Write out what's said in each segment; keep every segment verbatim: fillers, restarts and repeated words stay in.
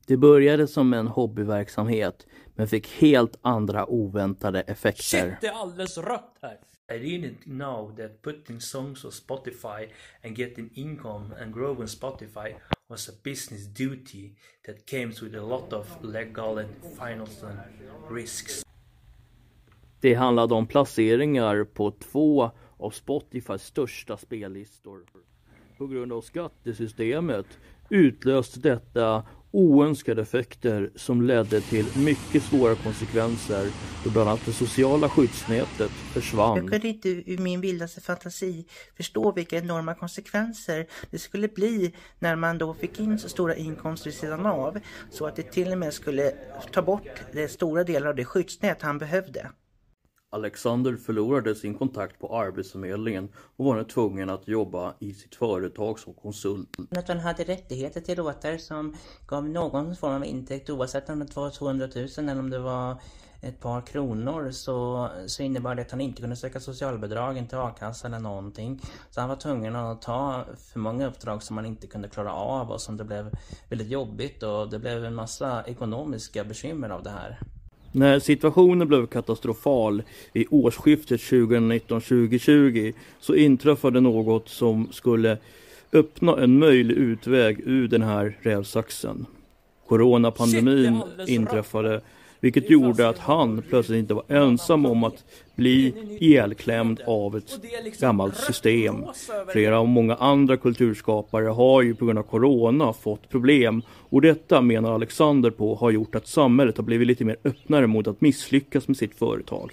Det började som en hobbyverksamhet men fick helt andra oväntade effekter. Shit, det är alldeles rött här. I didn't know that putting songs on Spotify and getting income and growing Spotify was a business duty that came with a lot of legal and financial risks. Det handlade om placeringar på två av Spotifys största spellistor. På grund av skattesystemet utlöste detta oönskade effekter som ledde till mycket svåra konsekvenser då bland annat det sociala skyddsnätet försvann. Jag kunde inte ur min vildaste fantasi förstå vilka enorma konsekvenser det skulle bli när man då fick in så stora inkomster sedan av, så att det till och med skulle ta bort det stora delar av det skyddsnät han behövde. Alexander förlorade sin kontakt på Arbetsförmedlingen och var nu tvungen att jobba i sitt företag som konsult. Att han hade rättigheter till låtar som gav någon form av intäkt, oavsett om det var tvåhundratusen eller om det var ett par kronor, så, så innebar det att han inte kunde söka socialbidrag, inte a-kassa eller någonting. Så han var tvungen att ta för många uppdrag som han inte kunde klara av och som det blev väldigt jobbigt, och det blev en massa ekonomiska bekymmer av det här. När situationen blev katastrofal i årsskiftet tjugonitton tjugo så inträffade något som skulle öppna en möjlig utväg ur den här rävsaxen. Coronapandemin inträffade, vilket gjorde att han plötsligt inte var ensam om att bli ihjälklämd av ett gammalt system. Flera och många andra kulturskapare har ju på grund av corona fått problem, och detta menar Alexander på har gjort att samhället har blivit lite mer öppnare mot att misslyckas med sitt företag.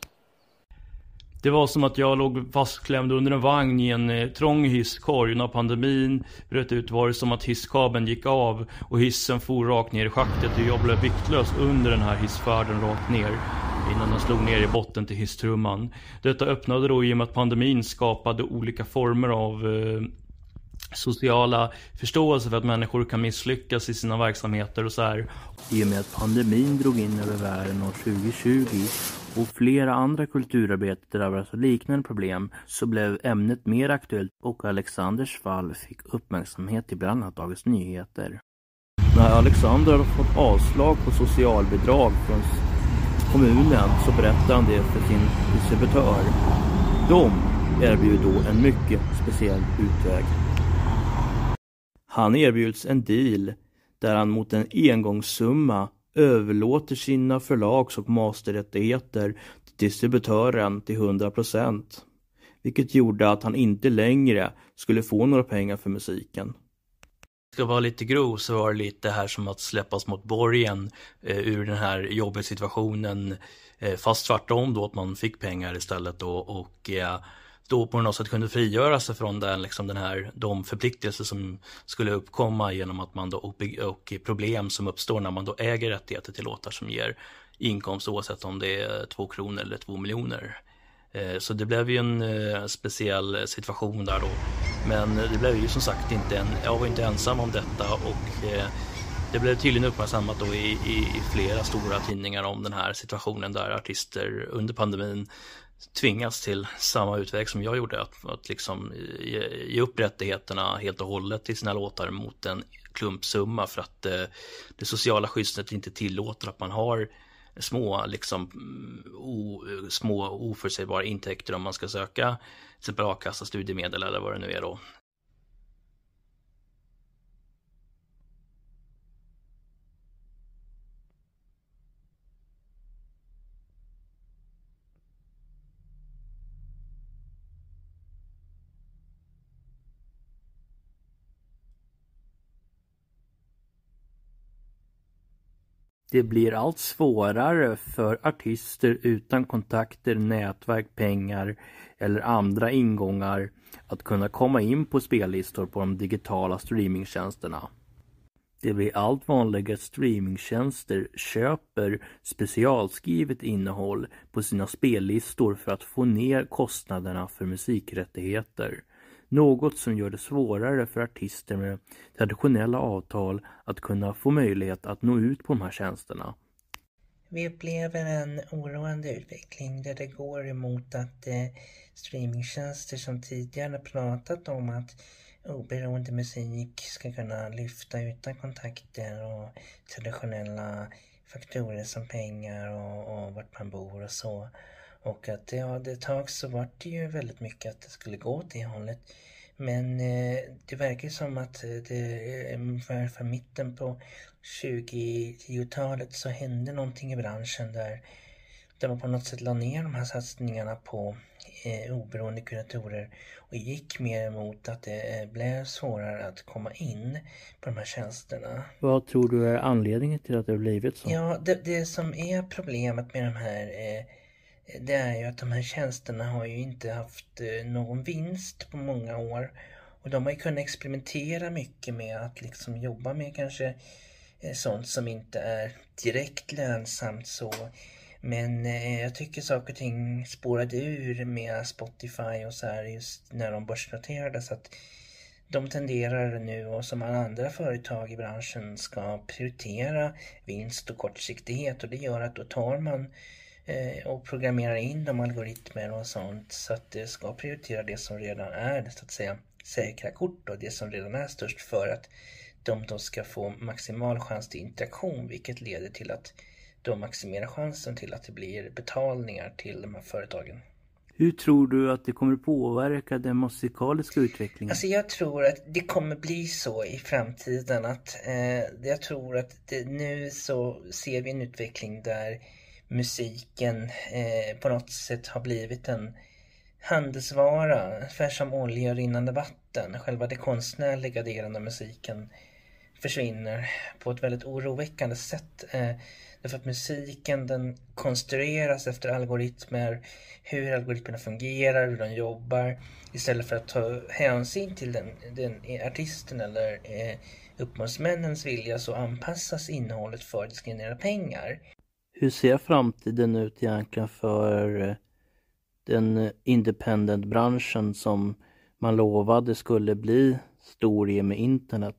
Det var som att jag låg fastklämd under en vagn i en eh, trång hisskorg. När pandemin bröt ut var det som att hisskabeln gick av och hissen for rakt ner i schaktet, och jag blev viktlös under den här hissfärden rakt ner innan den slog ner i botten till hisstrumman. Detta öppnade då i och med att pandemin skapade olika former av eh, sociala förståelse för att människor kan misslyckas i sina verksamheter och så här. I och med att pandemin drog in över världen år tjugo tjugo och flera andra kulturarbetare drabbades av liknande problem, så blev ämnet mer aktuellt och Alexanders fall fick uppmärksamhet i bland annat Dagens Nyheter. När Alexander hade fått avslag på socialbidrag från kommunen så berättade han det för sin distributör. De erbjöd då en mycket speciell utväg. Han erbjuds en deal där han mot en engångssumma överlåter sina förlags- och masterrättigheter till distributören till hundra procent. Vilket gjorde att han inte längre skulle få några pengar för musiken. Ska vara lite grov så var det lite här som att släppas mot borgen eh, ur den här jobbiga situationen. Eh, fast tvärtom då, att man fick pengar istället då, och eh, då på något sätt kunde frigöra sig från den, liksom den här, de förpliktelser som skulle uppkomma genom att man då, och, och problem som uppstår när man då äger rättigheter till låtar som ger inkomst, oavsett om det är två kronor eller två miljoner. Så det blev ju en eh, speciell situation där då. Men det blev ju som sagt inte en, jag var inte ensam om detta, och eh, det blev tydligen uppmärksammat då i, i, i flera stora tidningar om den här situationen där artister under pandemin tvingas till samma utväg som jag gjorde, att, att liksom ge, ge upp rättigheterna helt och hållet till sina låtar mot en klumpsumma, för att eh, det sociala skyddsnätet inte tillåter att man har små, liksom, o, små oförutsägbara intäkter om man ska söka till exempel a-kassa, studiemedel eller vad det nu är då. Det blir allt svårare för artister utan kontakter, nätverk, pengar eller andra ingångar att kunna komma in på spellistor på de digitala streamingtjänsterna. Det blir allt vanligare att streamingtjänster köper specialskrivet innehåll på sina spellistor för att få ner kostnaderna för musikrättigheter. Något som gör det svårare för artister med traditionella avtal att kunna få möjlighet att nå ut på de här tjänsterna. Vi upplever en oroande utveckling där det går emot att eh, streamingtjänster som tidigare pratat om att oberoende musik ska kunna lyfta utan kontakter och traditionella faktorer som pengar och, och vart man bor och så. Och att ja, det tag så var det ju väldigt mycket att det skulle gå åt det hållet. Men eh, det verkar som att det ungefär för mitten på tjugohundratalet så hände någonting i branschen där, där man på något sätt la ner de här satsningarna på eh, oberoende kuratorer och gick mer emot att det eh, blev svårare att komma in på de här tjänsterna. Vad tror du är anledningen till att det har blivit så? Ja, det, det som är problemet med de här eh, det är ju att de här tjänsterna har ju inte haft eh, någon vinst på många år. Och de har ju kunnat experimentera mycket med att liksom jobba med kanske eh, sånt som inte är direkt lönsamt så. Men eh, jag tycker saker och ting spårade ur med Spotify och så här just när de börsnoterades, att de tenderar nu, och som alla andra företag i branschen, ska prioritera vinst och kortsiktighet, och det gör att då tar man eh, och programmerar in de algoritmer och sånt så att det ska prioritera det som redan är så att säga säkra kort och det som redan är störst, för att de då ska få maximal chans till interaktion, vilket leder till att då maximerar chansen till att det blir betalningar till de här företagen. Hur tror du att det kommer påverka den musikaliska utvecklingen? Alltså jag tror att det kommer bli så i framtiden att eh, jag tror att det, nu så ser vi en utveckling där musiken eh, på något sätt har blivit en handelsvara, ungefär som olja och rinnande vatten. Själva det konstnärliga delen av musiken försvinner på ett väldigt oroväckande sätt. Eh, därför att musiken, den konstrueras efter algoritmer, hur algoritmerna fungerar, hur de jobbar, istället för att ta hänsyn till den, den artisten eller eh, uppmålsmännens vilja, så anpassas innehållet för att det ska generera pengar. Hur ser framtiden ut egentligen för den independent-branschen som man lovade skulle bli stor i med internet?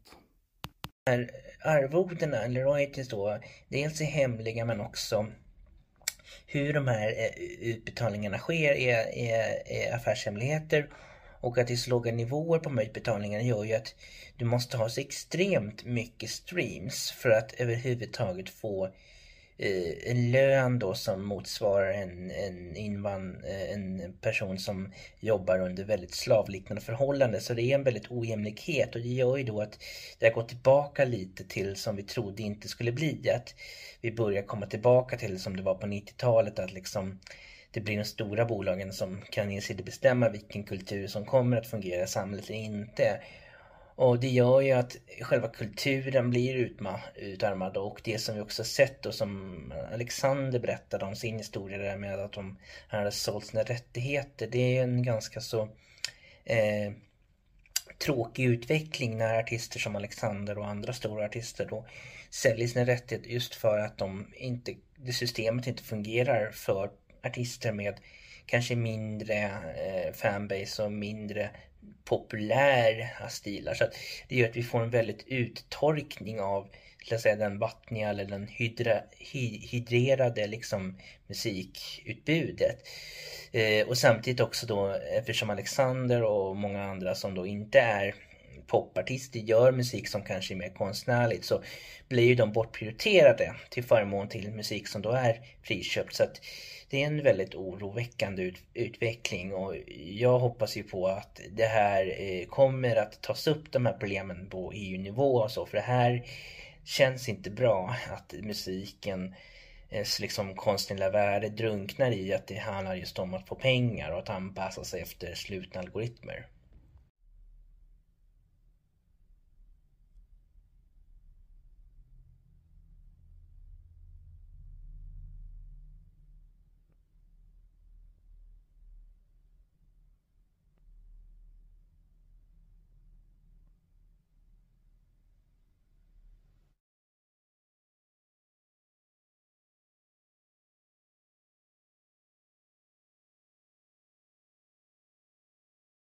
Arvodena eller royalties då, dels är hemliga, men också hur de här utbetalningarna sker är, är, är affärshemligheter, och att det är så låga nivåer på de här utbetalningarna gör ju att du måste ha så extremt mycket streams för att överhuvudtaget få eh, en lön då som motsvarar en, en, invan, en person som jobbar under väldigt slavliknande förhållanden. Så det är en väldigt ojämlikhet, och det gör ju då att det har gått tillbaka lite till som vi trodde inte skulle bli, att vi börjar komma tillbaka till som det var på nittiotalet, att liksom det blir de stora bolagen som kan ge sig att bestämma vilken kultur som kommer att fungera i samhället eller inte. Och det gör ju att själva kulturen blir utma, utarmad, och det som vi också sett och som Alexander berättade om sin historia där med att de hade sålt sina rättigheter, det är en ganska så eh, tråkig utveckling när artister som Alexander och andra stora artister då säljer sina rättigheter just för att de inte, det systemet inte fungerar för artister med kanske mindre eh, fanbase och mindre populära stilar. Så att det gör att vi får en väldigt uttorkning av låt säga, den vattniga eller den hydra, hy, hydrerade liksom, musikutbudet. Eh, och samtidigt också då, eftersom Alexander och många andra som då inte är popartister gör musik som kanske är mer konstnärligt, så blir ju de bortprioriterade till förmån till musik som då är friköpt. Så att det är en väldigt oroväckande ut- utveckling, och jag hoppas ju på att det här eh, kommer att tas upp, de här problemen på E U-nivå och så, för det här känns inte bra att musiken eh, liksom konstnärliga värde drunknar i att det handlar just om att få pengar och att anpassa sig efter slutna algoritmer.